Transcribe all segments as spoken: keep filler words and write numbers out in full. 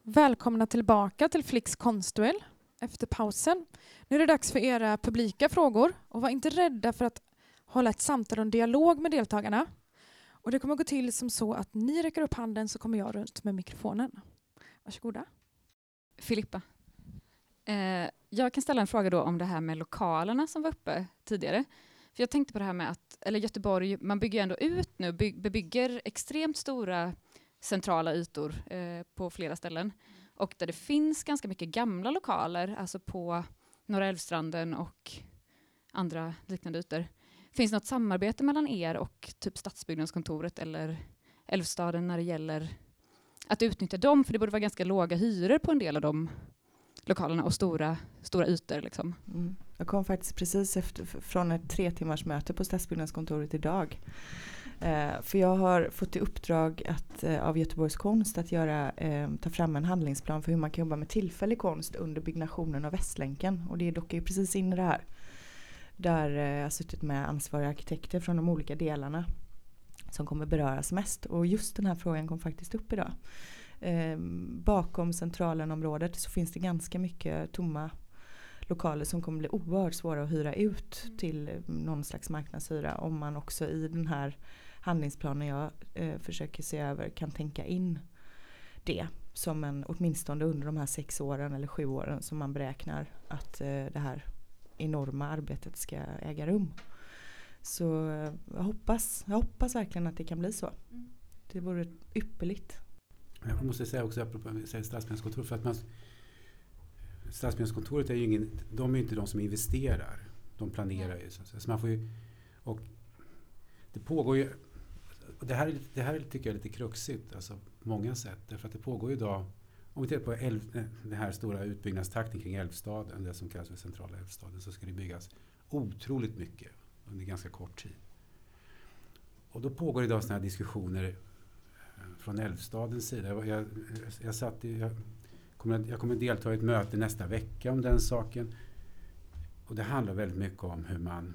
Välkomna tillbaka till Flix konstduell efter pausen. Nu är det dags för era publika frågor och var inte rädda för att hålla ett samtal och en dialog med deltagarna. Och det kommer gå till som så att ni räcker upp handen så kommer jag runt med mikrofonen. Varsågoda. Filippa. Eh, jag kan ställa en fråga då om det här med lokalerna som var uppe tidigare. För jag tänkte på det här med att, eller Göteborg, man bygger ändå ut nu, by- bebygger extremt stora centrala ytor eh, på flera ställen. Och där det finns ganska mycket gamla lokaler, alltså på Norra Älvstranden och andra liknande ytor. Finns det något samarbete mellan er och typ Stadsbyggnadskontoret eller Älvstaden när det gäller att utnyttja dem? För det borde vara ganska låga hyror på en del av de lokalerna och stora, stora ytor. Liksom. Mm. Jag kom faktiskt precis efter, från ett tre timmars möte på Stadsbyggnadskontoret idag. Eh, för jag har fått i uppdrag att, eh, av Göteborgs konst att göra, eh, ta fram en handlingsplan för hur man kan jobba med tillfällig konst under byggnationen av Västlänken. Och det dockar ju precis in i det här. Där eh, jag har suttit med ansvariga arkitekter från de olika delarna som kommer beröras mest. Och just den här frågan kom faktiskt upp idag. Eh, bakom Centralen-området så finns det ganska mycket tomma lokaler som kommer bli oerhört svåra att hyra ut mm. till någon slags marknadshyra om man också i den här handlingsplanen jag eh, försöker se över kan tänka in det som en, åtminstone under de här sex åren eller sju åren som man beräknar att eh, det här enorma arbetet ska äga rum. Så eh, jag hoppas, jag hoppas verkligen att det kan bli så. Mm. Det vore ypperligt. Jag måste säga också apropå Stadsbyggnadskontoret för att man Stadsbyggnadskontoret är ju ingen, de är inte de som investerar. De planerar ju. Så, så man får ju, och det pågår ju, och det här, det här tycker jag är lite kruxigt, alltså på många sätt. Därför att det pågår ju idag, om vi tittar på älv, den här stora utbyggnadstakten kring Älvstaden, det som kallas för centrala Älvstaden, så ska det byggas otroligt mycket under ganska kort tid. Och då pågår idag sådana här diskussioner från Älvstadens sida. Jag, jag, jag satt i, jag, Kommer, jag kommer delta i ett möte nästa vecka om den saken. Och det handlar väldigt mycket om hur man...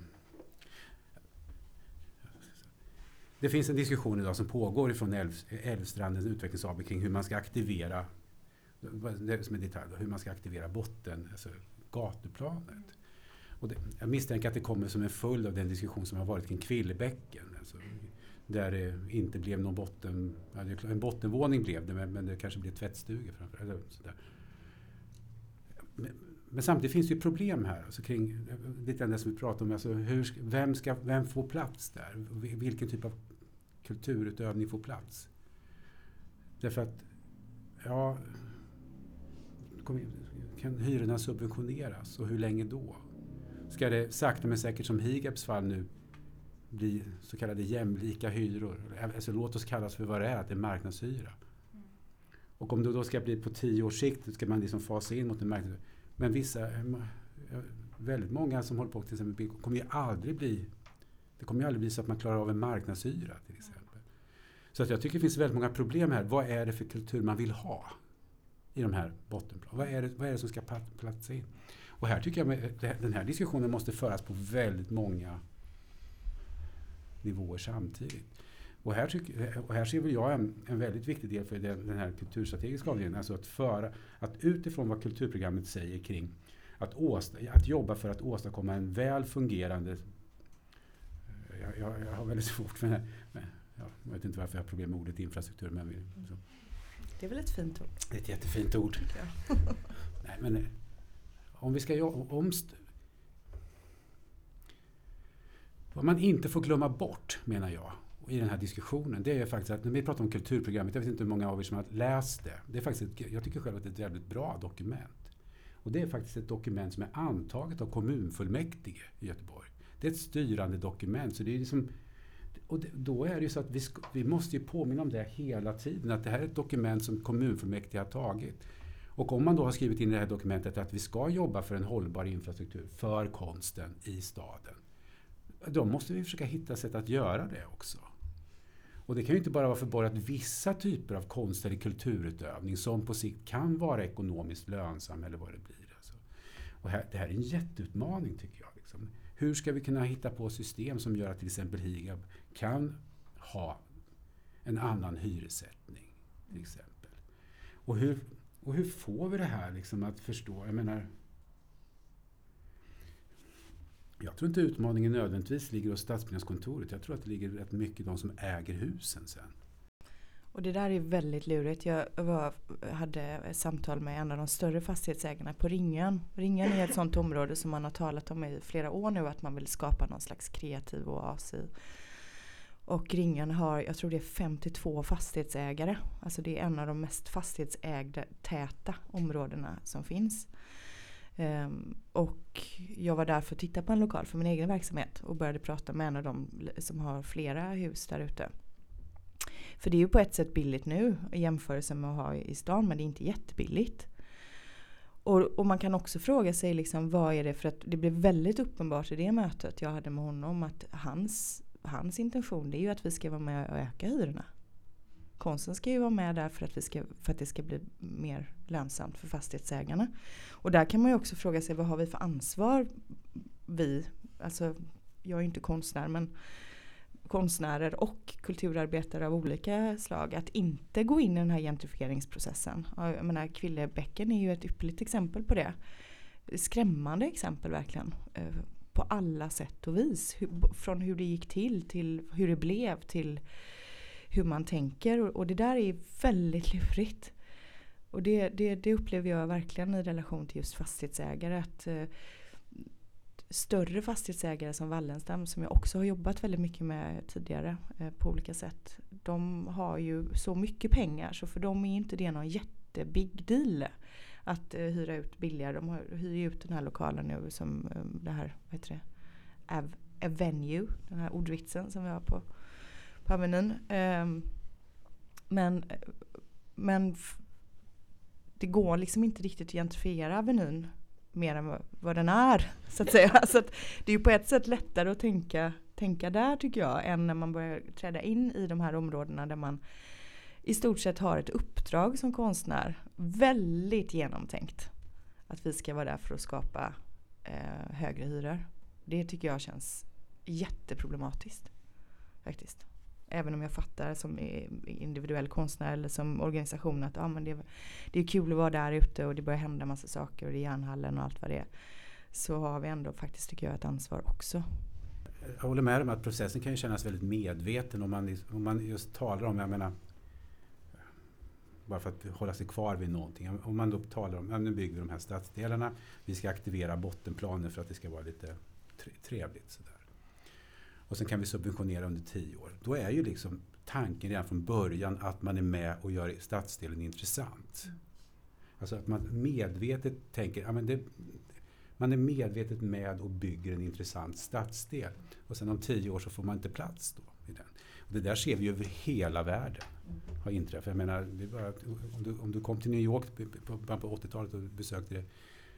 Det finns en diskussion idag som pågår ifrån Älv, Älvstrandens utvecklings A B kring hur man ska aktivera, det som är detalj, hur man ska aktivera botten, alltså gatuplanet. Och det, jag misstänker att det kommer som en följd av den diskussion som har varit kring Kvillebäcken. Alltså, där det inte blev någon botten, en bottenvåning blev det, men, men det kanske blev tvättstugor framför eller sådär. Men, men samtidigt finns det ju problem här, alltså kring lite det som vi pratar om, alltså hur, vem, ska, vem får plats där? Vilken typ av kulturutövning får plats? Därför att, ja, kan hyrorna subventioneras och hur länge då? Ska det sakta men säkert som Higabs fall nu bli så kallade jämlika hyror. Alltså låt oss kallas för vad det är, att det är marknadshyra. Mm. Och om det då ska bli på tio års sikt ska man liksom fasa in mot en marknadshyra. Men vissa, väldigt många som håller på till exempel kommer ju aldrig bli, det kommer ju aldrig bli så att man klarar av en marknadshyra till exempel. Mm. Så att jag tycker det finns väldigt många problem här. Vad är det för kultur man vill ha i de här bottenplanen? Vad är det, vad är det som ska platsa in? Och här tycker jag att den här diskussionen måste föras på väldigt många nivåer samtidigt. Och här, tycker, och här ser väl jag en, en väldigt viktig del för den, den här kulturstrategiska avdelningen, alltså att, föra, att utifrån vad kulturprogrammet säger kring att, åsta, att jobba för att åstadkomma en väl fungerande, jag, jag, jag har väldigt svårt för det här, men, ja, jag vet inte varför jag har problem med ordet infrastruktur, men vi, så. Det är väl ett fint ord? Det är ett jättefint ord. Nej, men om vi ska om vad man inte får glömma bort, menar jag, i den här diskussionen, det är faktiskt att när vi pratar om kulturprogrammet, jag vet inte hur många av er som har läst det, det är faktiskt ett, jag tycker själv att det är ett väldigt bra dokument. Och det är faktiskt ett dokument som är antaget av kommunfullmäktige i Göteborg. Det är ett styrande dokument, så det är liksom, och det, då är det ju så att vi, ska, vi måste ju påminna om det hela tiden, att det här är ett dokument som kommunfullmäktige har tagit. Och om man då har skrivit in i det här dokumentet att vi ska jobba för en hållbar infrastruktur för konsten i staden, då måste vi försöka hitta sätt att göra det också. Och det kan ju inte bara vara förborgat vissa typer av konst eller kulturutövning som på sikt kan vara ekonomiskt lönsam eller vad det blir. Alltså. Och här, det här är en jätteutmaning tycker jag. Liksom. Hur ska vi kunna hitta på system som gör att till exempel Higab kan ha en annan hyressättning till exempel. Och hur, och hur får vi det här liksom att förstå? Jag menar, jag tror inte utmaningen nödvändigtvis ligger hos stadsbyggnadskontoret. Jag tror att det ligger rätt mycket de som äger husen sen. Och det där är väldigt lurigt. Jag var, hade ett samtal med en av de större fastighetsägarna på Ringön. Ringön är ett sånt område som man har talat om i flera år nu, att man vill skapa någon slags kreativ oas i. Och Ringön har, jag tror det är femtiotvå fastighetsägare. Alltså det är en av de mest fastighetsägda täta områdena som finns. Um, och jag var där för att titta på en lokal för min egen verksamhet och började prata med en av dem som har flera hus där ute. För det är ju på ett sätt billigt nu i jämförelse med att ha i stan, men det är inte jättebilligt. Och, och man kan också fråga sig liksom, vad är det, för att det blev väldigt uppenbart i det mötet jag hade med honom att hans, hans intention det är ju att vi ska vara med och öka hyrorna. Konsten ska ju vara med där för att, vi ska, för att det ska bli mer lönsamt för fastighetsägarna. Och där kan man ju också fråga sig, vad har vi för ansvar vi, alltså jag är inte konstnär, men konstnärer och kulturarbetare av olika slag, att inte gå in i den här gentrifieringsprocessen. Jag menar, Kvillebäcken är ju ett ypperligt exempel på det. Skrämmande exempel verkligen. På alla sätt och vis. Från hur det gick till, till hur det blev, till hur man tänker. Och det där är väldigt lurigt. Och det, det, det upplever jag verkligen i relation till just fastighetsägare. Att större fastighetsägare som Wallenstam, som jag också har jobbat väldigt mycket med tidigare eh, på olika sätt, de har ju så mycket pengar så för dem är inte det någon jättebig deal att eh, hyra ut billigare. De har, hyr ut den här lokalen nu som eh, det här, vad heter det, Av, Avenue, den här ordvitsen som vi har på, på Avenyn. Eh, men men f- det går liksom inte riktigt att gentrifiera Avenyn mer än vad den är, så att säga. Så att det är ju på ett sätt lättare att tänka, tänka där, tycker jag, än när man börjar träda in i de här områdena där man i stort sett har ett uppdrag som konstnär. Väldigt genomtänkt. Att vi ska vara där för att skapa eh, högre hyror. Det tycker jag känns jätteproblematiskt, faktiskt. Även om jag fattar som individuell konstnär eller som organisation att ja, men det, det är kul att vara där ute och det börjar hända massa saker och det är järnhallen och allt vad det är. Så har vi ändå faktiskt, tycker jag, ett ansvar också. Jag håller med om att processen kan ju kännas väldigt medveten om man, om man just talar om, jag menar, bara för att hålla sig kvar vid någonting. Om man då talar om, ja, nu bygger vi de här stadsdelarna, vi ska aktivera bottenplanen för att det ska vara lite trevligt sådär. Och sen kan vi subventionera under tio år. Då är ju liksom tanken redan från början att man är med och gör stadsdelen intressant. Mm. Alltså att man medvetet tänker, ja, men det, man är medvetet med och bygger en intressant stadsdel. Och sen om tio år så får man inte plats då i den. Och det där ser vi över hela världen. Mm. Har inträffat. Jag menar, det bara, om, du, om du kom till New York på, på, på åttiotalet och besökte det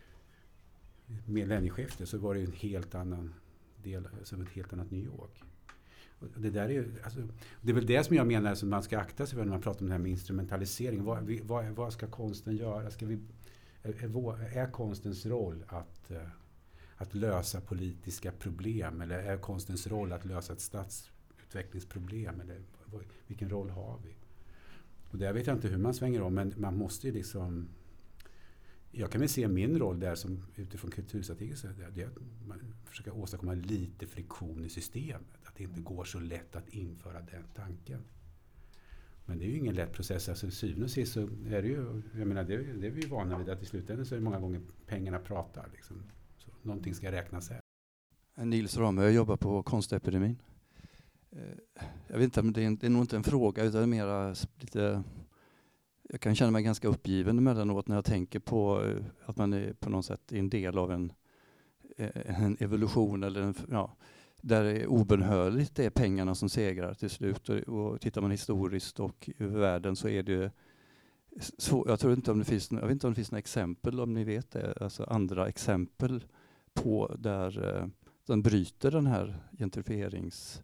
millennieskiftet, så var det ju en helt annan del, som ett helt annat New York. Och det där är ju, alltså, det är väl det som jag menar som man ska akta sig för när man pratar om det här med instrumentalisering. Vad, vad, vad ska konsten göra? Ska vi, är, är, är konstens roll att, att lösa politiska problem, eller är konstens roll att lösa ett stadsutvecklingsproblem, eller vilken roll har vi? Och där vet jag inte hur man svänger om, men man måste ju liksom, jag kan väl se min roll där som utifrån kulturstrategiskt, det är att man försöker åstadkomma lite friktion i systemet. Att det inte går så lätt att införa den tanken. Men det är ju ingen lätt process. Alltså syvende och sist så är det ju, jag menar, det, det är vi ju vana vid att i slutändan så är det många gånger pengarna pratar. Liksom. Så någonting ska räknas här. Nils Ramö, jag jobbar på Konstepidemin. Jag vet inte, men det är, det är nog inte en fråga utan det är mera lite... Jag kan känna mig ganska uppgiven emellanåt när jag tänker på att man är på något sätt en del av en, en evolution eller en, ja, där det är obönhörligt det är pengarna som segrar till slut. Och, och tittar man historiskt och över världen så är det så, jag tror inte om det finns, jag vet inte om det finns några exempel, om ni vet det, alltså andra exempel på där eh, den bryter den här gentrifieringsmekanismen.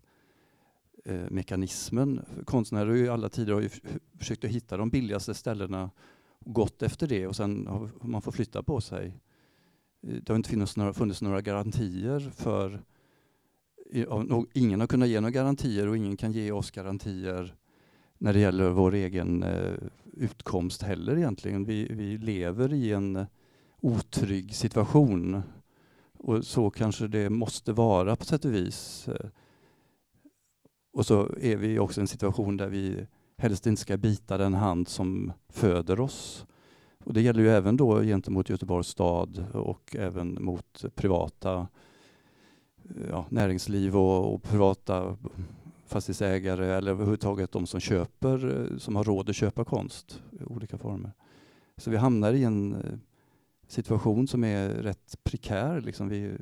Konstnärer har ju alla tider har ju försökt att hitta de billigaste ställena och gått efter det och sen har man får flytta på sig. Det har inte funnits några, funnits några garantier för, ingen har kunnat ge några garantier och ingen kan ge oss garantier när det gäller vår egen eh, utkomst heller egentligen. Vi, vi lever i en otrygg situation. Och så kanske det måste vara på sätt och vis. Och så är vi också i en situation där vi helst inte ska bita den hand som föder oss. Och det gäller ju även då gentemot Göteborgs stad och även mot privata ja, näringsliv och, och privata fastighetsägare eller överhuvudtaget de som köper, som har råd att köpa konst i olika former. Så vi hamnar i en situation som är rätt prekär. Liksom vi,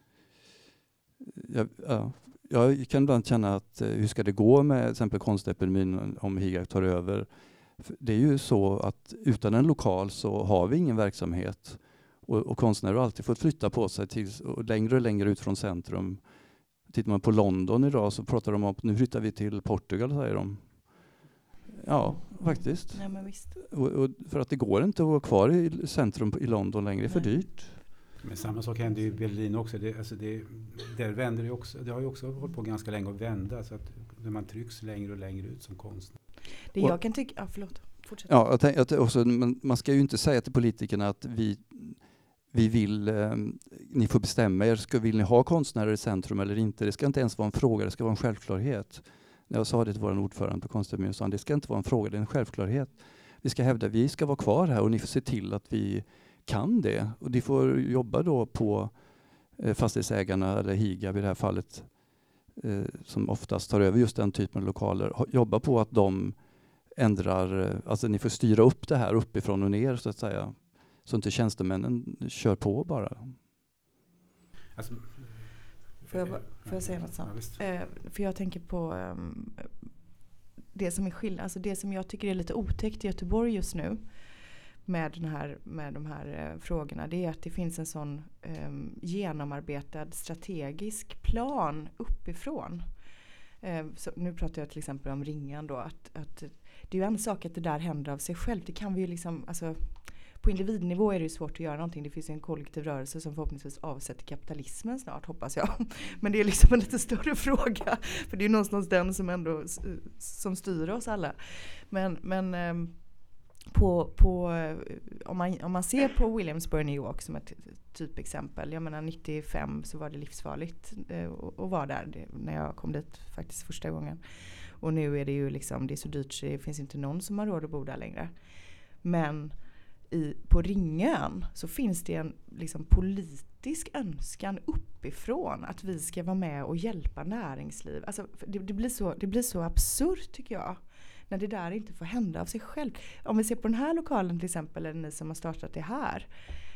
ja, ja, jag kan ibland känna att hur ska det gå med till exempel konstepidemin om Higag tar över? Det är ju så att utan en lokal så har vi ingen verksamhet. Och, och konstnärer har alltid fått flytta på sig till, och längre och längre ut från centrum. Tittar man på London idag så pratar de om att nu flyttar vi till Portugal, säger de. Ja, faktiskt. Nej, men visst. Och, och för att det går inte att vara kvar i centrum i London längre, det är för dyrt. Men samma sak händer i Berlin också. Det, alltså det, där vänder det, också, det har ju också hållit på ganska länge att vända. Så att när man trycks längre och längre ut som konstnär. Det jag kan tycka... Ja, förlåt. Fortsätt. Ja, jag tänk, att också, man, man ska ju inte säga till politikerna att vi, vi vill... Eh, ni får bestämma er. Ska, vill ni ha konstnärer i centrum eller inte? Det ska inte ens vara en fråga, det ska vara en självklarhet. När jag sa det till vår ordförande på Konstakademin sa han, det ska inte vara en fråga, det är en självklarhet. Vi ska hävda, vi ska vara kvar här och ni får se till att vi kan det. Och de får jobba då på eh, fastighetsägarna eller Higab i det här fallet eh, som oftast tar över just den typen av lokaler. Jobba på att de ändrar, eh, alltså ni får styra upp det här uppifrån och ner så att säga. Så inte tjänstemännen kör på bara. Alltså, Får jag, får jag säga något sånt? Ja, eh, för jag tänker på um, det som är skillnad, alltså det som jag tycker är lite otäckt i Göteborg just nu med, den här, med de här uh, frågorna, det är att det finns en sån um, genomarbetad strategisk plan uppifrån. Uh, så nu pratar jag till exempel om Ringan då, att, att det är ju en sak att det där händer av sig själv. Det kan vi ju liksom, alltså på individnivå är det ju svårt att göra någonting. Det finns en kollektiv rörelse som förhoppningsvis avsätter kapitalismen snart, hoppas jag. Men det är liksom en lite större fråga. För det är ju någonstans den som ändå som styr oss alla. Men, men på, på, om, man, om man ser på Williamsburg, New York som ett typexempel. Jag menar nittiofem så var det livsfarligt att vara där när jag kom dit faktiskt första gången. Och nu är det ju liksom, det är så dyrt så det finns inte någon som har råd att bo där längre. Men I, på Ringön så finns det en liksom, politisk önskan uppifrån att vi ska vara med och hjälpa näringsliv. Alltså, det, det, blir så, det blir så absurt tycker jag. När det där inte får hända av sig själv. Om vi ser på den här lokalen till exempel, eller ni som har startat det här.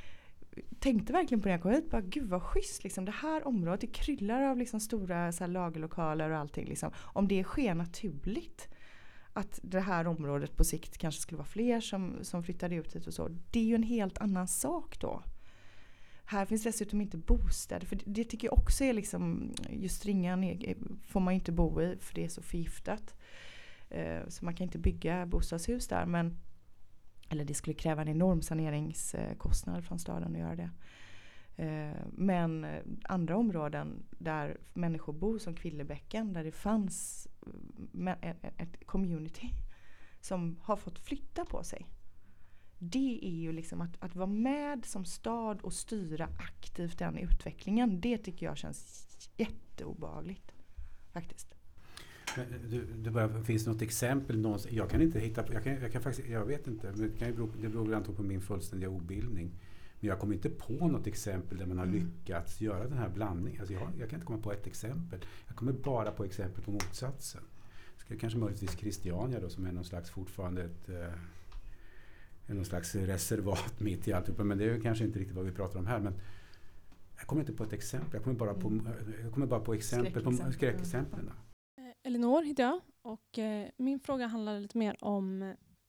Tänkte verkligen på när jag kom hit, bara gud vad schysst. Liksom, det här området, det kryllar av liksom, stora så här, lagerlokaler och allting. Liksom. Om det sker naturligt. Att det här området på sikt kanske skulle vara fler som, som flyttade ut hit och så. Det är ju en helt annan sak då. Här finns dessutom inte bostäder. För det, det tycker jag också är liksom, just Ringan får man inte bo i för det är så förgiftat. Eh, så man kan inte bygga bostadshus där. Men, eller det skulle kräva en enorm saneringskostnad från staden att göra det. Eh, men andra områden där människor bor som Kvillebäcken, där det fanns ett community som har fått flytta på sig. Det är ju liksom att, att vara med som stad och styra aktivt den utvecklingen. Det tycker jag känns jätteobehagligt faktiskt. Men du, du bara, finns det något exempel någonstans? Jag kan inte hitta på, jag, kan, jag, kan faktiskt, jag vet inte, det, kan ju bero, det beror antagligen på min fullständiga obildning. Men jag kommer inte på något exempel där man har mm. lyckats göra den här blandningen. Alltså jag, jag kan inte komma på ett exempel. Jag kommer bara på exempel på motsatsen. Ska kanske möjligtvis Christiania då, som är någon slags fortfarande ett eh, någon slags reservat mitt i alltihopa. Men det är ju kanske inte riktigt vad vi pratar om här. Men jag kommer inte på ett exempel. Jag kommer bara på, mm. jag kommer bara på exempel, på skräckexemplen. Elinor heter jag. Och eh, min fråga handlar lite mer om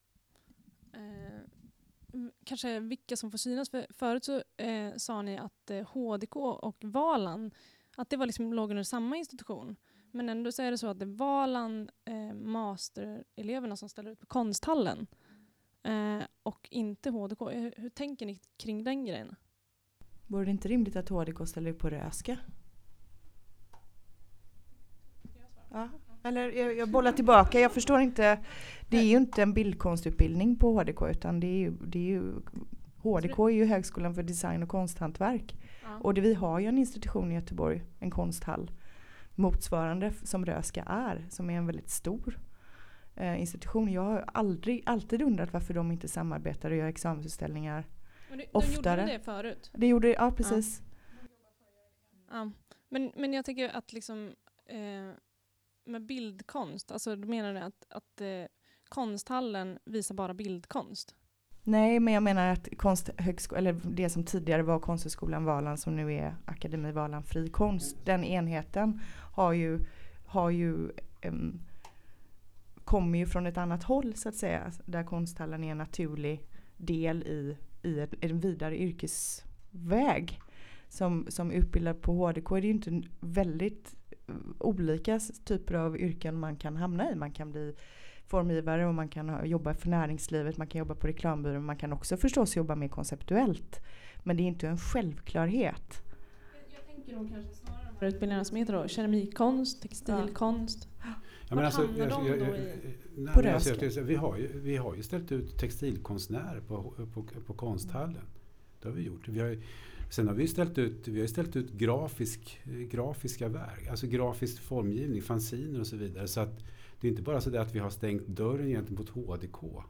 eh, kanske vilka som får synas. För förut så eh, sa ni att eh, H D K och Valand, att det var liksom låg under samma institution. Men ändå så är det så att det är Valand eh, mastereleverna som ställer ut på konsthallen. Eh, och inte H D K. Hur, hur tänker ni kring den grejen? Vore det inte rimligt att H D K ställer ut på Röska? Ja. Eller jag, jag bollar tillbaka, jag förstår inte. Det är ju inte en bildkonstutbildning på H D K, utan det är ju, det är ju H D K är ju Högskolan för design och konsthantverk. Ja. Och det, vi har ju en institution i Göteborg, en konsthall, motsvarande som Röhsska är, som är en väldigt stor eh, institution. Jag har aldrig, alltid undrat varför de inte samarbetar och gör examensutställningar Men det, oftare. De gjorde det förut. Det gjorde, ja precis. Ja. Men, men jag tycker att liksom, eh, med bildkonst, alltså du menar det att, att eh, konsthallen visar bara bildkonst? Nej, men jag menar att konsthögsko- eller det som tidigare var Konsthögskolan Valand, som nu är Akademi Valand Fri Konst, den enheten har ju, har ju um, kommer ju från ett annat håll så att säga, där konsthallen är en naturlig del i, i ett, en vidare yrkesväg. Som, som utbildar på H D K är det ju inte väldigt olika typer av yrken man kan hamna i. Man kan bli formgivare och man kan ha, jobba för näringslivet, man kan jobba på reklambyrån, man kan också förstås jobba mer konceptuellt. Men det är inte en självklarhet. Jag tänker nog kanske snarare på utbildningarna som heter då keramikkonst, textilkonst. Ja, men alltså, hamnar de jag, jag, då i? nej, På men alltså, Röhsska? jag, vi, har ju, vi har ju ställt ut textilkonstnärer på, på, på konsthallen. Det har vi gjort. Vi har, sen har vi ställt ut, vi har ställt ut grafisk, grafiska verk, alltså grafisk formgivning, fanziner och så vidare. Så att det är inte bara så att vi har stängt dörren gentemot H D K.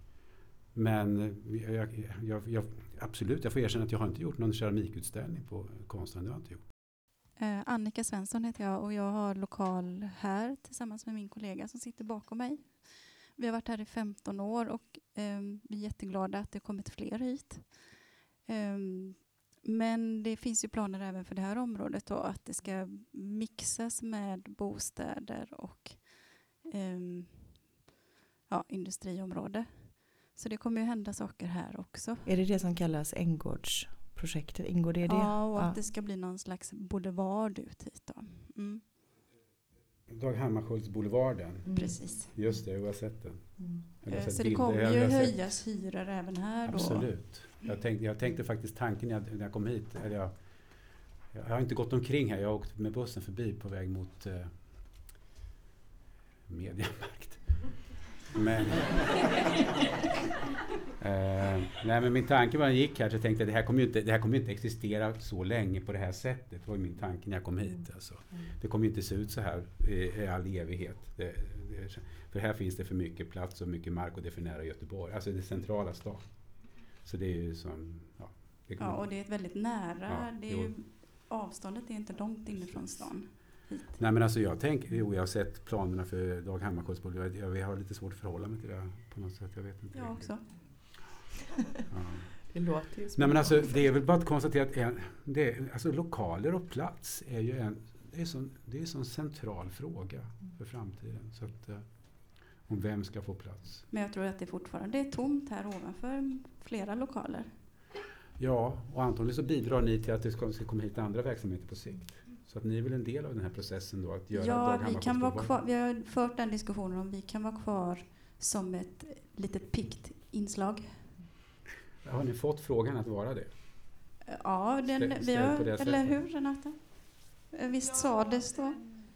Men jag, jag, jag, absolut, jag får erkänna att jag har inte gjort någon keramikutställning på konsten. Det har jag inte gjort. Eh, Annika Svensson heter jag och jag har lokal här tillsammans med min kollega som sitter bakom mig. Vi har varit här i femton år och eh, vi är jätteglada att det kommit fler hit. Eh, men det finns ju planer även för det här området då, att det ska mixas med bostäder och eh, ja, industriområde. Så det kommer ju hända saker här också. Är det det som kallas Änggårdsprojektet? Ingår det i det? Ja, och att det ska bli någon slags boulevard ut hit då. Mm. Dag Hammarskjöldsboulevarden. Mm. Precis. Just det, jag har sett den. Mm. Jag har Eh, sett Så det bilder. kommer Jag ju har sett- höjas hyror även här då. Absolut. Jag tänkte, jag tänkte faktiskt tanken när jag, när jag kom hit. Eller jag, jag har inte gått omkring här. Jag har åkt med bussen förbi på väg mot eh, Mediamarkt. Men, eh, nej, men min tanke när jag gick här så tänkte jag det här kommer ju inte, det här kommer ju inte existera så länge på det här sättet. Det var ju min tanke när jag kom hit. Alltså. Det kommer ju inte se ut så här i, i all evighet. Det, det, för här finns det för mycket plats och mycket mark och det är för nära Göteborg. Alltså det centrala stan. Så det är ju som... Ja, det kommer- Ja, och det är ett väldigt nära. Ja, det är jo. ju, avståndet är inte långt inifrån stan. Hit. Nej, men alltså jag tänker, jo, jag har sett planerna för Dag Hammarskjöldsboulevard. Jag, jag har lite svårt att förhålla mig till det på något sätt. Jag vet inte. Jag också. Ja. Det låter ju som Nej, men alltså det är väl bara att konstatera att en, det är, alltså, lokaler och plats är ju en, det är sån, det är en sån central fråga för framtiden. Så att, eh, om vem ska få plats. Men jag tror att det fortfarande är tomt här ovanför flera lokaler. Ja, och antagligen så bidrar ni till att det ska, ska komma hit andra verksamheter på sikt. Så att ni är väl en del av den här processen då? Att göra Ja, Dag vi kan vara Hammarskjöldsboulevard. kvar. Vi har fört den diskussionen om vi kan vara kvar som ett litet pikt inslag. Har ni fått frågan att vara det? Ja, den, Stä- vi ställt har, på det eller sättet. hur Renata? Visst sades då?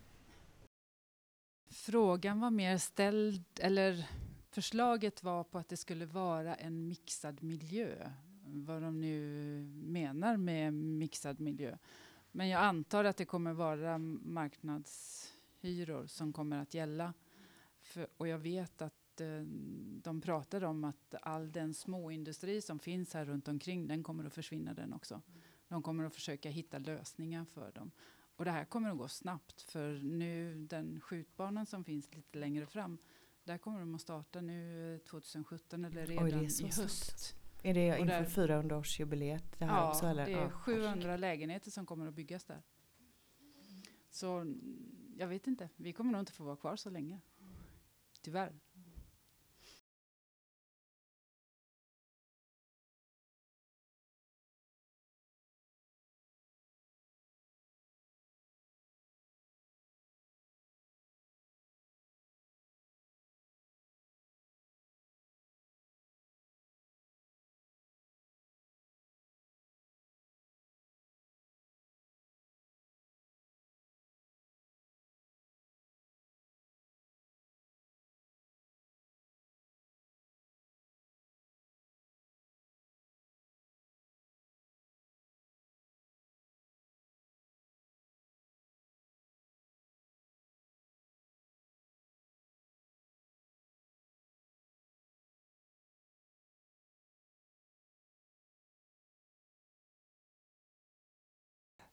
Frågan var mer ställd, eller förslaget var på att det skulle vara en mixad miljö. Vad de nu menar med mixad miljö. Men jag antar att det kommer vara marknadshyror som kommer att gälla. För, och jag vet att eh, de pratar om att all den småindustri som finns här runt omkring, den kommer att försvinna den också. De kommer att försöka hitta lösningar för dem. Och det här kommer att gå snabbt, för nu den skjutbanan som finns lite längre fram, där kommer de att starta nu tjugosjutton eller redan Oj, det är så i snabbt. höst. Är det Och inför där- fyrahundraårsjubileet det här Ja, också? Eller? det är Ja. sjuhundra lägenheter som kommer att byggas där. Så mm, jag vet inte, vi kommer nog inte få vara kvar så länge. Tyvärr.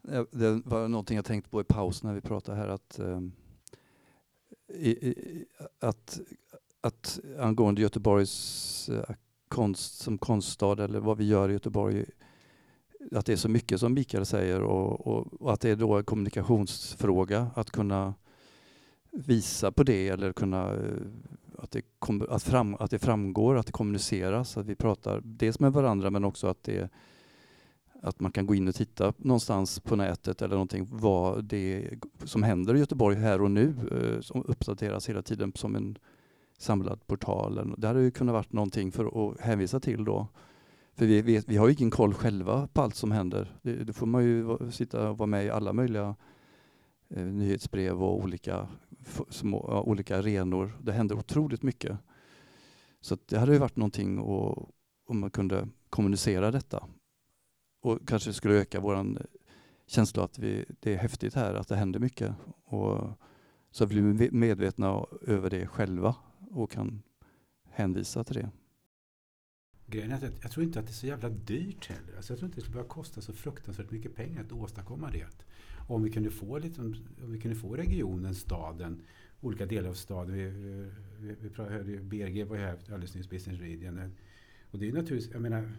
det var någonting jag tänkte på i paus när vi pratade här, att, um, i, i, att, att angående Göteborgs uh, konst som konststad, eller vad vi gör i Göteborg, att det är så mycket som Mikael säger, och, och, och att det är då en kommunikationsfråga att kunna visa på det, eller kunna att det, kom, att, fram, att det framgår, att det kommuniceras, att vi pratar dels med varandra, men också att det att man kan gå in och titta någonstans på nätet eller någonting, vad det som händer i Göteborg här och nu, som uppdateras hela tiden som en samlad portal. Det hade ju kunnat varit någonting för att hänvisa till då. För vi, vet, vi har ju ingen koll själva på allt som händer. Det, det får man ju sitta och vara med i alla möjliga eh, nyhetsbrev och olika, f- små, ja, olika arenor. Det händer otroligt mycket. Så att det hade ju varit någonting och, om man kunde kommunicera detta. Och kanske skulle öka vår känsla att vi, det är häftigt här, att det händer mycket. Och så blir vi medvetna över det själva och kan hänvisa till det. Grejen är att jag, jag tror inte att det är så jävla dyrt heller. Alltså jag tror inte det skulle behöva kosta så fruktansvärt mycket pengar att åstadkomma det. Och om vi kunde få lite, om vi kunde få regionen, staden, olika delar av staden. Vi, vi, vi hörde B R G var här alldeles nyss, Business Region. Och det är naturligtvis, jag menar,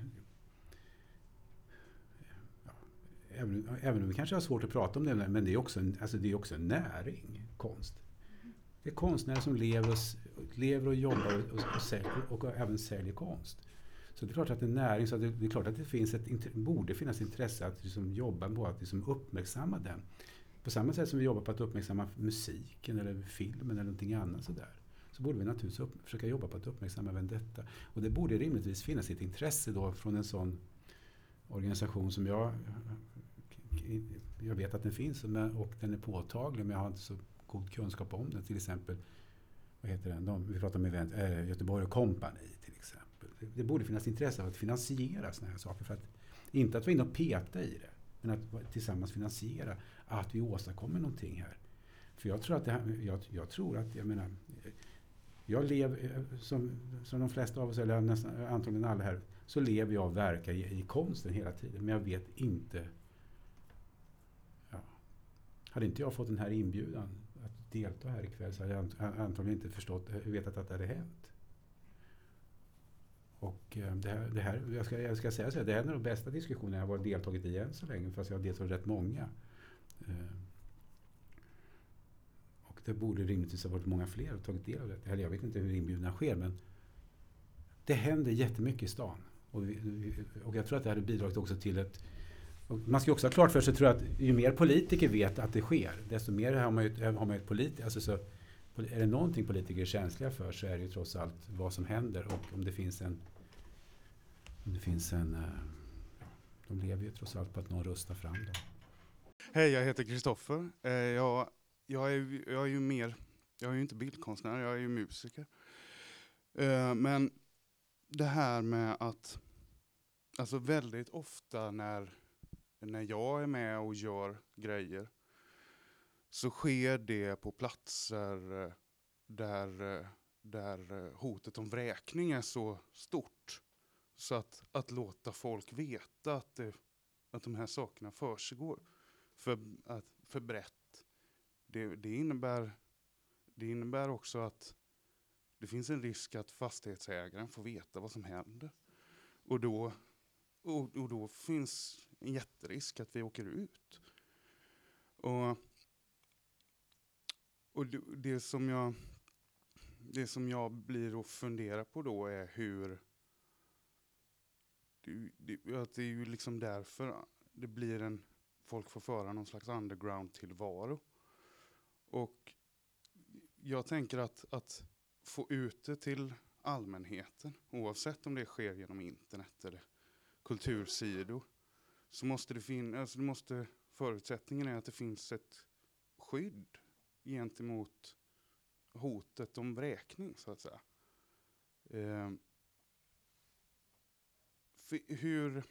ja, även, även om vi kanske har svårt att prata om det, men det är också en, alltså det är också en näring, konst. Det är konstnärer som lever och, lever och jobbar och, och, säljer, och även säljer konst. Så det är klart att det är näring, så det, det är klart att det finns ett, borde finnas intresse att liksom jobba på att liksom uppmärksamma den. På samma sätt som vi jobbar på att uppmärksamma musiken eller filmen eller någonting annat sådär. Så borde vi naturligtvis upp, försöka jobba på att uppmärksamma även detta. Och det borde rimligtvis finnas ett intresse då från en sån organisation som jag, jag vet att den finns och den är påtaglig, men jag har inte så god kunskap om den. Till exempel, vad heter den? De, vi pratar om event, äh, Göteborg och Company till exempel. Det, det borde finnas intresse av att finansiera såna här saker. För att, inte att vara inne och peta i det, men att tillsammans finansiera att vi åstadkommer någonting här. För jag tror att det här, jag, jag tror att, jag menar, jag lever, som, som de flesta av oss, eller nästan, antagligen alla här, så lever jag och verkar i, i konsten hela tiden. Men jag vet inte, ja, hade inte jag fått den här inbjudan att delta här ikväll, så hade jag antagligen inte förstått, vetat att det hade hänt. Och det här, det här jag, ska, jag ska säga så här, det här är de bästa diskussionerna jag har deltagit i än så länge, fast jag har deltagit rätt många. Och det borde rimligtvis ha varit många fler och tagit del av det. Eller jag vet inte hur inbjudna sker, men det händer jättemycket i stan. Och, vi, och jag tror att det hade bidragit också till ett... Man ska också ha klart för sig, tror jag, att ju mer politiker vet att det sker, desto mer har man ju, har man ett politik. Alltså så, är det någonting politiker är känsliga för, så är det ju trots allt vad som händer, och om det finns en... Om det finns en... De lever ju trots allt på att någon röstar fram dem. Hej, jag heter Kristoffer. Eh, jag, jag, är, jag är ju mer... Jag är ju inte bildkonstnär, jag är ju musiker. Eh, men det här med att... Alltså väldigt ofta när, när jag är med och gör grejer, så sker det på platser där, där hotet om vräkning är så stort. Så att, att låta folk veta att, det, att de här sakerna försiggår för, att, för brett. Det, det, innebär, det innebär också att det finns en risk att fastighetsägaren får veta vad som händer. Och då, och, och då finns en jätterisk att vi åker ut. Och, och det, det, som jag, det som jag blir att fundera på då är hur... Det, det, att det är ju liksom därför det blir en... Folk får föra någon slags underground-tillvaro. Och jag tänker att, att få ut det till allmänheten, oavsett om det sker genom internet eller kultursidor, så måste det finnas, alltså det måste, förutsättningen är att det finns ett skydd gentemot hotet om vräkning, så att säga. Eh, hur,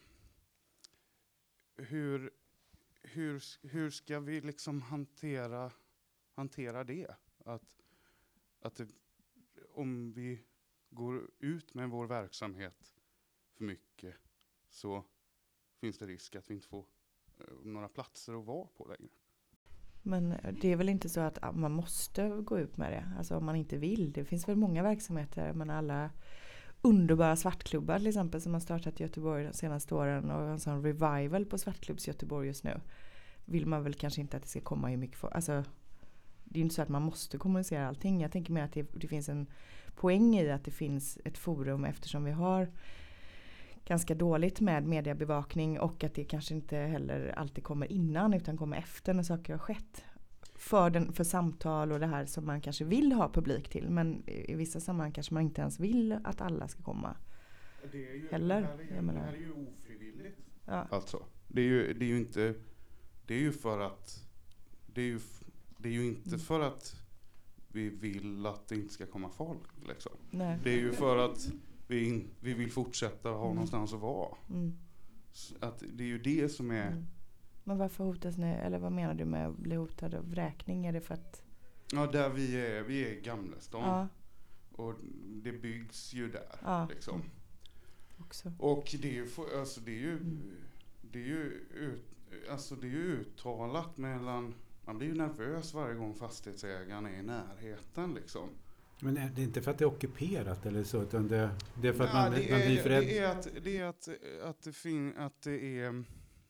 hur, hur, hur ska vi liksom hantera, hantera det? Att, att det, om vi går ut med vår verksamhet för mycket, så finns det risk att vi inte får, några platser att vara på längre. Men det är väl inte så att man måste gå ut med det, alltså om man inte vill. Det finns väl många verksamheter, men alla underbara svartklubbar till exempel som har startat i Göteborg de senaste åren och en sån revival på svartklubbs Göteborg just nu. Vill man väl kanske inte att det ska komma hur mycket för, alltså det är inte så att man måste kommunicera allting. Jag tänker mer att det, det finns en poäng i att det finns ett forum eftersom vi har ganska dåligt med mediebevakning och att det kanske inte heller alltid kommer innan utan kommer efter när saker har skett. För, den, för samtal och det här som man kanske vill ha publik till, men i vissa sammanhang kanske man inte ens vill att alla ska komma. Det är ju, heller. Det här är, jag menar. Det här är ju ofrivilligt. Ja. Alltså, det är ju, det är ju inte det är ju för att det är ju, det är ju inte mm. för att vi vill att det inte ska komma folk liksom. Nej. Det är ju för att vi, in, vi vill fortsätta ha mm. någonstans att vara. Mm. Att det är ju det som är... Mm. Men varför hotas ni, eller vad menar du med att bli hotad av vräkning? Är det för att... Ja, där vi är, vi är i Gamlestan. Ja. Och det byggs ju där. Ja. Liksom. Mm. Också. Och det är ju, alltså det är ju, mm. det är ju, ut, alltså det är ju uttalat mellan... Man blir ju nervös varje gång fastighetsägaren är i närheten liksom. Men är det inte för att det är ockuperat eller så, utan det, det är för att ja, man, det man är, blir rädd? Det är att det är att, att det fin, att det är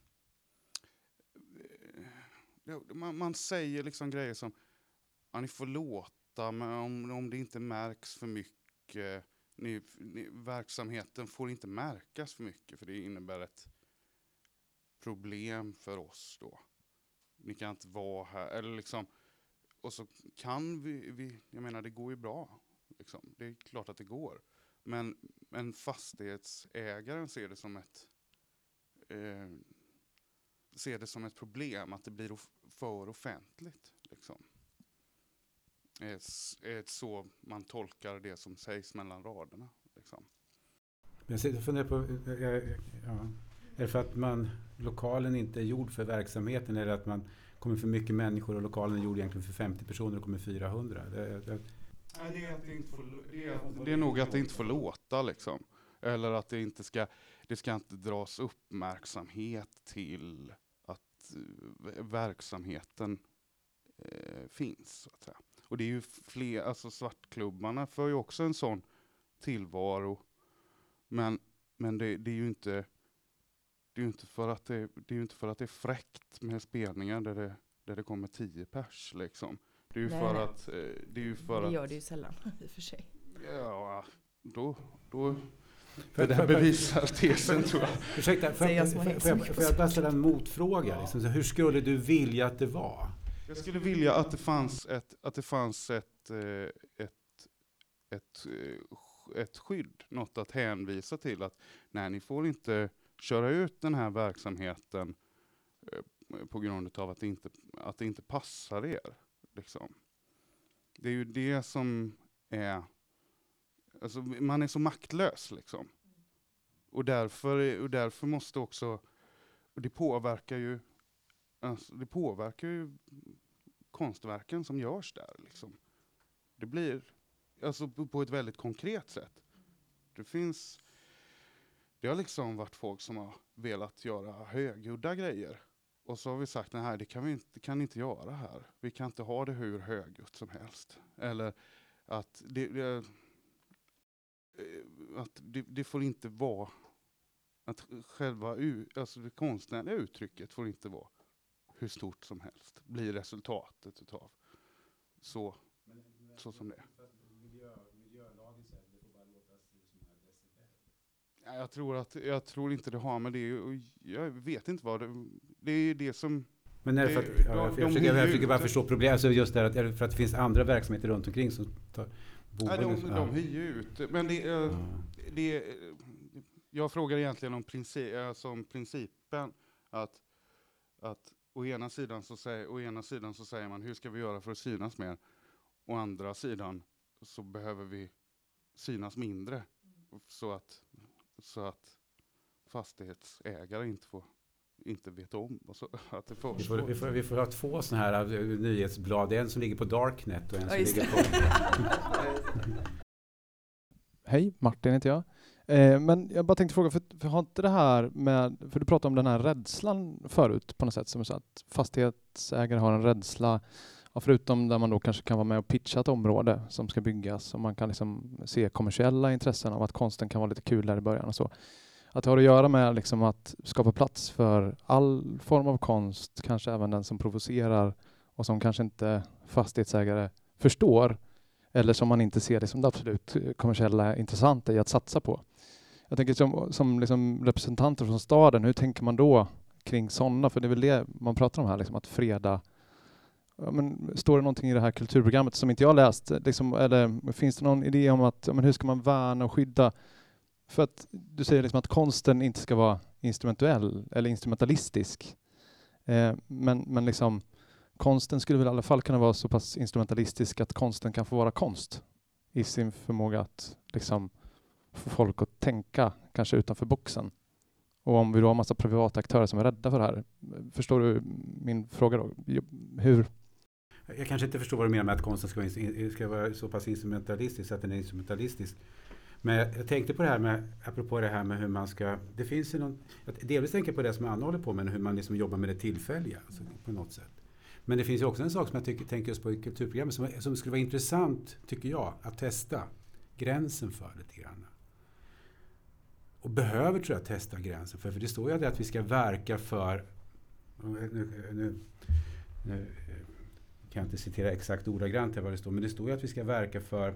man, man säger liksom grejer som ja, ni får låta, men om, om det inte märks för mycket, ni, ni, verksamheten får inte märkas för mycket för det innebär ett problem för oss då. Ni kan inte vara här eller liksom. Och så kan vi, vi, jag menar det går ju bra. Liksom. Det är klart att det går. Men en fastighetsägaren ser det som ett eh, ser det som ett problem att det blir off- för offentligt. Liksom. Är ett så man tolkar det som sägs mellan raderna. Liksom. Jag funderar på, ja, är det för att man, lokalen inte är gjord för verksamheten eller att man kommer för mycket människor och lokalen är gjord egentligen för femtio personer och kommer fyrahundra? Det, det... Nej, det är, att det, inte får, det, är, det är nog att det inte får låta liksom. Eller att det inte ska, det ska inte dras uppmärksamhet till att uh, verksamheten uh, finns. Så att säga. Och det är ju fler, alltså svartklubbarna för ju också en sån tillvaro. Men, men det, det är ju inte det är ju inte för att det, det är ju inte för att det är fräckt med spelningar där det, där det kommer tio pers liksom. Det är ju Nej, för nej. att det är ju för det att gör det ju sällan i och för sig. Ja, då då för det här bevisar tesen tror jag. Ursäkta, får jag, får, jag, får, jag, får jag bara ställa en motfråga? Liksom? Så hur skulle du vilja att det var? Jag skulle vilja att det fanns ett, att det fanns ett, ett, ett, ett skydd, något att hänvisa till att nej, ni får inte köra ut den här verksamheten på grund av att det inte, att det inte passar er. Liksom. Det är ju det som är... Alltså, man är så maktlös liksom. Och därför, och därför måste också... Och det påverkar ju... Alltså, det påverkar ju konstverken som görs där. Liksom. Det blir... Alltså på, på ett väldigt konkret sätt. Det finns... Det har liksom varit folk som har velat göra högljudda grejer. Och så har vi sagt, nej, det kan vi inte, det kan inte göra här. Vi kan inte ha det hur högljutt som helst. Eller att det, det, att det, det får inte vara... Att själva alltså det konstnärliga uttrycket får inte vara hur stort som helst. Blir resultatet utav så, så som det är. Jag tror att jag tror inte det har med det, och jag vet inte vad det, det är det som. Men är det för att, det, ja, jag, de, jag, försöker, jag försöker bara förstå problemet, alltså just det att är det för att det finns andra verksamheter runt omkring som tar boende. Nej, de, de hyr ju ut, men det, ja. det jag frågar egentligen om princip, alltså om principen att att å ena sidan så säger å ena sidan så säger man hur ska vi göra för att synas mer? Å andra sidan så behöver vi synas mindre så att så att fastighetsägare inte får inte vet om och så att det får, vi, får, vi, får, vi får ha två såna här uh, nyhetsblad, en som ligger på Darknet och en som ja, ligger på Hej, Martin heter jag. Eh, men jag bara tänkte fråga, för, för har inte det här med, för du pratade om den här rädslan förut på något sätt, som är så att fastighetsägare har en rädsla, ja, förutom där man då kanske kan vara med och pitcha ett område som ska byggas, och man kan liksom se kommersiella intressen av att konsten kan vara lite kul där i början och så. Att det har att göra med liksom att skapa plats för all form av konst, kanske även den som provocerar och som kanske inte fastighetsägare förstår, eller som man inte ser det som det absolut kommersiella intressanta i att satsa på. Jag tänker som, som liksom representanter från staden, hur tänker man då kring sådana? För det är väl det man pratar om här, liksom att freda. Ja, men står det någonting i det här kulturprogrammet som inte jag har läst? Liksom, eller finns det någon idé om att, ja, men hur ska man värna och skydda? För att du säger liksom att konsten inte ska vara instrumentuell eller instrumentalistisk. Eh, men, men liksom, konsten skulle väl i alla fall kunna vara så pass instrumentalistisk att konsten kan få vara konst i sin förmåga att liksom få folk att tänka kanske utanför boxen. Och om vi då har massa privata aktörer som är rädda för det här. Förstår du min fråga då? Hur? Jag kanske inte förstår vad du menar med att konsten ska vara, ska vara så pass instrumentalistisk att den är instrumentalistisk. Men jag, jag tänkte på det här med, apropå det här med hur man ska, det finns ju någon, jag delvis tänker på det som Anna håller på med, hur man liksom jobbar med det tillfälliga alltså, på något sätt. Men det finns ju också en sak som jag tycker, tänker just på i kulturprogrammet som, som skulle vara intressant, tycker jag, att testa gränsen för lite grann. Och behöver, tror jag, testa gränsen för, för det står ju att vi ska verka för, nu, nu, nu kan jag inte citera exakt ordagrant vad det står, men det står ju att vi ska verka för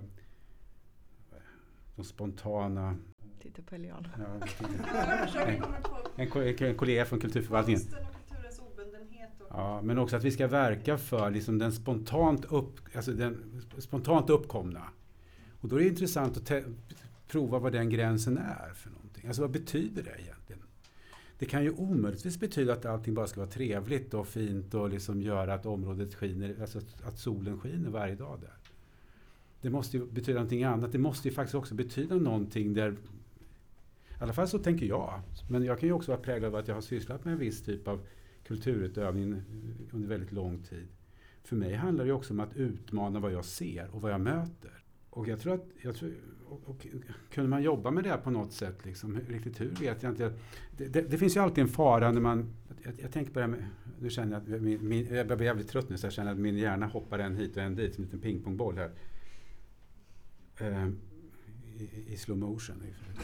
de spontana... Titta på Elian. Ja, en, en, en kollega från kulturförvaltningen. Ja, men också att vi ska verka för liksom den spontant upp, alltså den spontant uppkomna. Och då är det intressant att te- prova vad den gränsen är för någonting. Alltså vad betyder det egentligen? Det kan ju omöjligtvis betyda att allting bara ska vara trevligt och fint och liksom göra att området skiner, alltså att solen skiner varje dag där. Det måste ju betyda någonting annat. Det måste ju faktiskt också betyda någonting där, i alla fall så tänker jag, men jag kan ju också vara präglad av att jag har sysslat med en viss typ av kulturutövning under väldigt lång tid. För mig handlar det också om att utmana vad jag ser och vad jag möter. Och jag tror att, jag tror, och, och, kunde man jobba med det här på något sätt, liksom, riktigt hur vet jag inte. Det, det, det finns ju alltid en fara när man, jag, jag tänker på det här med, nu känner jag att min, min, jag blir jävligt trött nu så jag känner att min hjärna hoppar en hit och en dit som en liten pingpongboll här. Uh, i, I slow motion.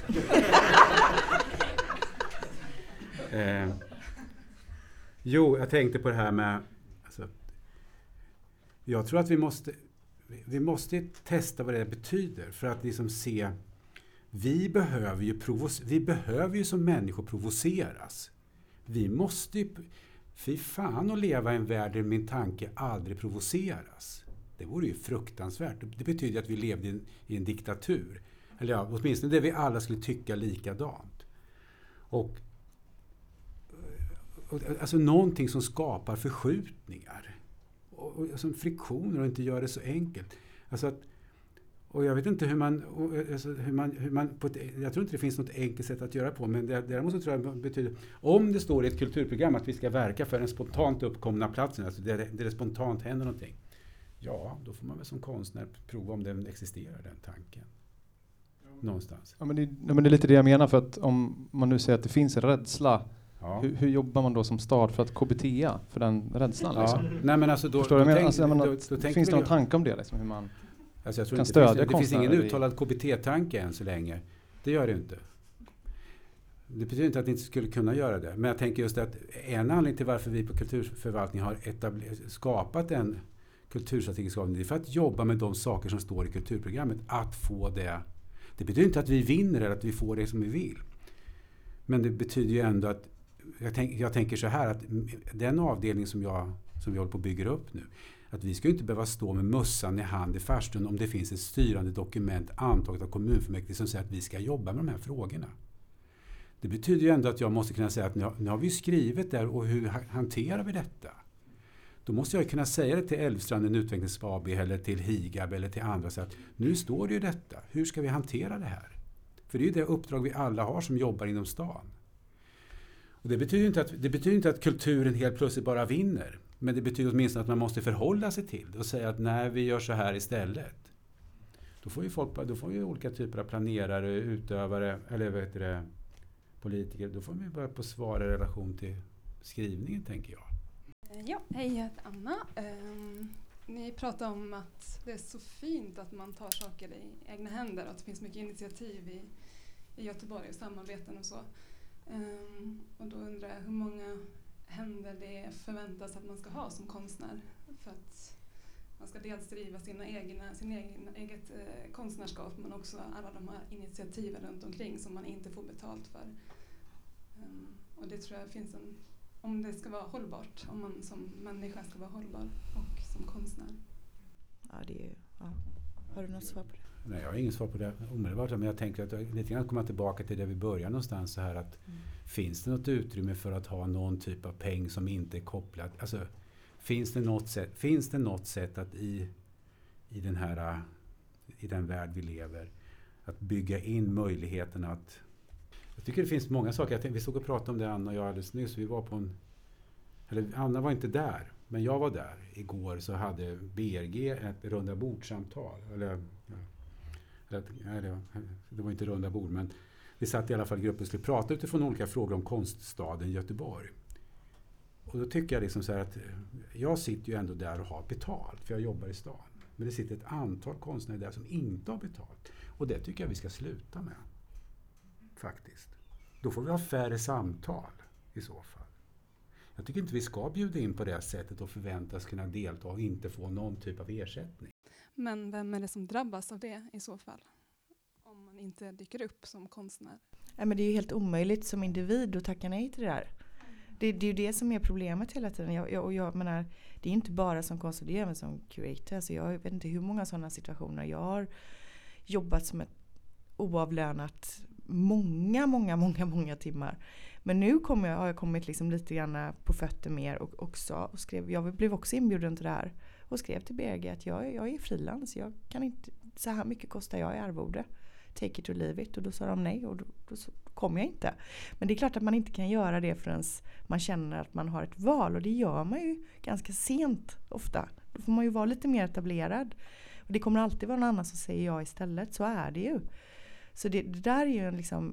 uh, jo, jag tänkte på det här med, alltså, jag tror att vi måste Vi måste testa vad det betyder för att liksom se, vi behöver ju provoc- vi behöver ju som människor provoceras. Vi måste ju, fy fan att leva i en värld där min tanke aldrig provoceras. Det vore ju fruktansvärt. Det betyder att vi levde i en, i en diktatur. Eller ja, åtminstone där vi alla skulle tycka likadant. Och, och alltså någonting som skapar förskjutningar. Och, och som friktioner och inte gör det så enkelt. Alltså att, och jag vet inte hur man, alltså hur man, hur man på ett, jag tror inte det finns något enkelt sätt att göra på, men det, däremot så tror jag det betyder, om det står i ett kulturprogram att vi ska verka för den spontant uppkomna platsen, alltså där, där det spontant händer någonting, ja, då får man väl som konstnär prova om den existerar, den tanken. Någonstans. Ja, men det, ja, men det är lite det jag menar, för att om man nu säger att det finns en rädsla, ja. hur, hur jobbar man då som stad för att K B T-a för den rädslan? Ja. Liksom? Nej, men alltså då, Förstår då, då, tänk, alltså, då, då, då, då finns det någon tanke om det? Liksom, hur man alltså jag tror kan inte stödja det finns, det finns ingen i... uttalad K B T-tanke än så länge. Det gör det inte. Det betyder inte att ni inte skulle kunna göra det. Men jag tänker just att en anledning till varför vi på kulturförvaltningen har etabler- skapat en kulturstrategisk avdelning, det är för att jobba med de saker som står i kulturprogrammet. Att få det. Det betyder inte att vi vinner eller att vi får det som vi vill. Men det betyder ju ändå att jag, tänk, jag tänker så här, att den avdelning som, jag, som vi håller på att bygga upp nu, att vi ska inte behöva stå med mössan i hand i farstun om det finns ett styrande dokument antaget av kommunfullmäktige som säger att vi ska jobba med de här frågorna. Det betyder ju ändå att jag måste kunna säga att nu har, nu har vi skrivit där, och hur hanterar vi detta? Då måste jag kunna säga det till Älvstranden Utvecklings A B eller till Higab eller till andra, så att nu står det ju detta. Hur ska vi hantera det här? För det är ju det uppdrag vi alla har som jobbar inom stan. Och det betyder inte att, det betyder inte att kulturen helt plötsligt bara vinner. Men det betyder åtminstone att man måste förhålla sig till det och säga att nej, vi gör så här istället. Då får ju folk, då får ju olika typer av planerare, utövare, eller vet du det, politiker, då får vi börja på svara i relation till skrivningen, tänker jag. Ja, hej, jag heter Anna. Um, ni pratar om att det är så fint att man tar saker i egna händer och att det finns mycket initiativ i, i Göteborg och samarbeten och så. Um, och då undrar jag hur många händer det förväntas att man ska ha som konstnär för att man ska dels driva sina egna, sin egen, eget eh, konstnärskap men också alla de här initiativen runt omkring som man inte får betalt för. Um, och det tror jag finns en, om det ska vara hållbart, om man som människa ska vara hållbar och som konstnär. Ja, det är, ja. Har du något svar på det? Nej, jag har ingen svar på det omedelbart, men jag tänker att lite grann komma tillbaka till där vi börjar någonstans så här att mm. finns det något utrymme för att ha någon typ av peng som inte är kopplad, alltså finns det något sätt, finns det något sätt att i, i den här i den värld vi lever att bygga in möjligheten att, jag tycker det finns många saker, jag tänkte, vi stod och pratade om det Anna och jag alldeles nyss, vi var på en, eller Anna var inte där, men jag var där igår, så hade B R G ett runda bordsamtal, eller ja, nej, det, var, det var inte runda bord, men vi satt i alla fall i gruppen och skulle prata utifrån olika frågor om konststaden Göteborg. Och då tycker jag liksom så här att jag sitter ju ändå där och har betalt, för jag jobbar i stan. Men det sitter ett antal konstnärer där som inte har betalt. Och det tycker jag vi ska sluta med. Faktiskt. Då får vi ha färre samtal i så fall. Jag tycker inte vi ska bjuda in på det sättet och förväntas kunna delta och inte få någon typ av ersättning. Men vem är det som drabbas av det i så fall? Om man inte dyker upp som konstnär. Ja, men det är ju helt omöjligt som individ att tacka nej till det där. Det, det är ju det som är problemet hela tiden. Jag, jag, och jag menar, det är inte bara som konstnär, det är även som curator. Alltså jag vet inte hur många sådana situationer. Jag har jobbat som ett oavlönat många, många, många, många timmar. Men nu kommer jag, har jag kommit liksom lite grann på fötter mer och också och skrev, jag blev också inbjuden till det här och skrev till B R G att jag, jag är frilans. Jag kan inte, så här mycket kostar jag i arvode. Take it or leave it. Och då sa de nej och då, då kom jag inte. Men det är klart att man inte kan göra det förrän man känner att man har ett val. Och det gör man ju ganska sent ofta. Då får man ju vara lite mer etablerad. Och det kommer alltid vara någon annan som säger ja istället. Så är det ju. Så det, det där är ju en liksom...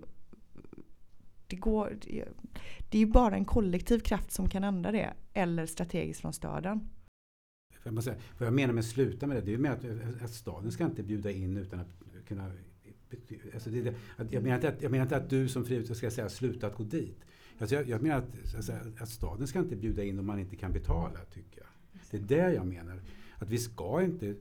Det, går, det, det är ju bara en kollektiv kraft som kan ändra det. Eller strategiskt från staden. Vad jag menar med sluta med det, det är ju med att, att staden ska inte bjuda in utan att kunna... Alltså det, att jag, menar inte att, jag menar inte att du som friutövare ska säga sluta att gå dit. Alltså jag, jag menar att, alltså, att staden ska inte bjuda in om man inte kan betala, tycker jag. Det är det jag menar. Att vi ska inte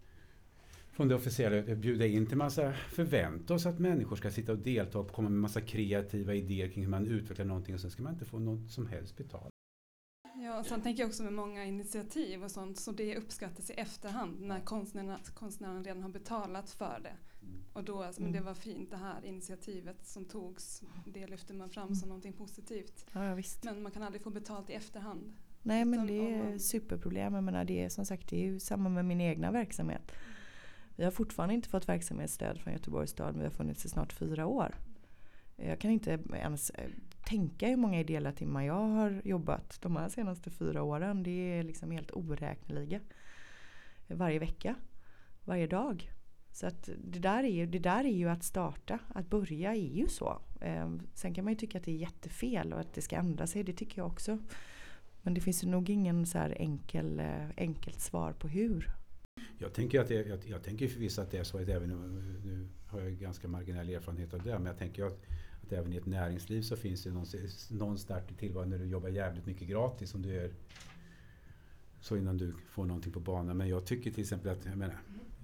från det officiella bjuda in till massa, förvänta oss att människor ska sitta och delta och komma med massa kreativa idéer kring hur man utvecklar någonting och sen ska man inte få något som helst betalt. Ja, och sen tänker jag också med många initiativ och sånt, så det uppskattas i efterhand när konstnärerna, konstnären redan har betalat för det. Och då, alltså, men det var fint det här initiativet som togs, det lyfter man fram som någonting positivt. Ja, ja, visst. Men man kan aldrig få betalt i efterhand. Nej, men Utan det är man... superproblem. Jag menar, det är som sagt, det är ju samma med min egna verksamhet. Vi har fortfarande inte fått verksamhetsstöd från Göteborgs stad, men vi har funnits i snart fyra år. Jag kan inte ens tänka hur många ideella timmar jag har jobbat de här senaste fyra åren. Det är liksom helt oräkneliga. Varje vecka, varje dag. Så att det där är ju, det där är ju att starta, att börja är ju så. Eh, sen kan man ju tycka att det är jättefel och att det ska ändra sig, det tycker jag också. Men det finns ju nog ingen så här enkel, eh, enkelt svar på hur. Jag tänker att det, jag, jag tänker förvisso att det är så att även nu, nu har jag ganska marginell erfarenhet av det, men jag tänker att, att även i ett näringsliv så finns det någon, någon start till när du jobbar jävligt mycket gratis som du är så innan du får någonting på banan. Men jag tycker till exempel att, jag menar,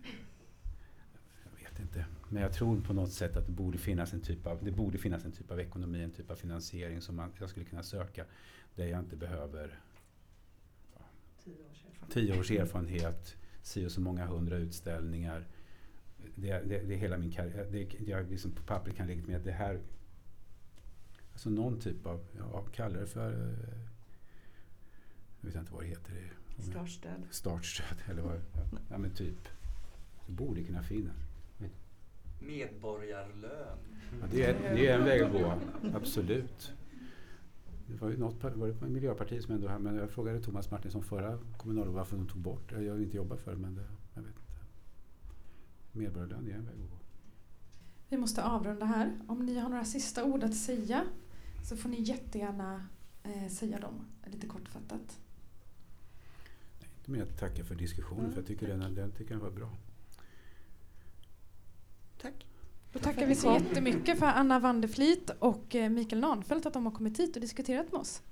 jag vet inte, men jag tror på något sätt att det borde finnas en typ av, det borde finnas en typ av ekonomi, en typ av finansiering som man, jag skulle kunna söka där jag inte behöver ja, tio, års tio års erfarenhet, si och så många hundra utställningar. Det, det, det är hela min karriär. Det, jag liksom på pappret kan lägga med att det här, alltså någon typ av, ja, kallar det för, jag vet inte vad det heter. Startstöd. Startstöd, eller vad, ja, ja men typ. Det borde kunna finnas. Medborgarlön. Ja, det, är, det är en väg att gå, absolut. Det var ju något, var det Miljöpartiet som ändå här, men jag frågade Thomas Martinsson förra kommunalrådet varför de tog bort. Jag har inte jobbat för det, men det, jag vet inte. medborgarlön är en väg att gå. Vi måste avrunda här. Om ni har några sista ord att säga så får ni jättegärna eh, säga dem lite kortfattat. Nej, inte mer att tacka för diskussionen, Mm, för jag tycker den, den tycker jag var bra. Tack. Då tackar vi så jättemycket för Anna Wanderflit och eh, Mikael Nahnfeldt att de har kommit hit och diskuterat med oss.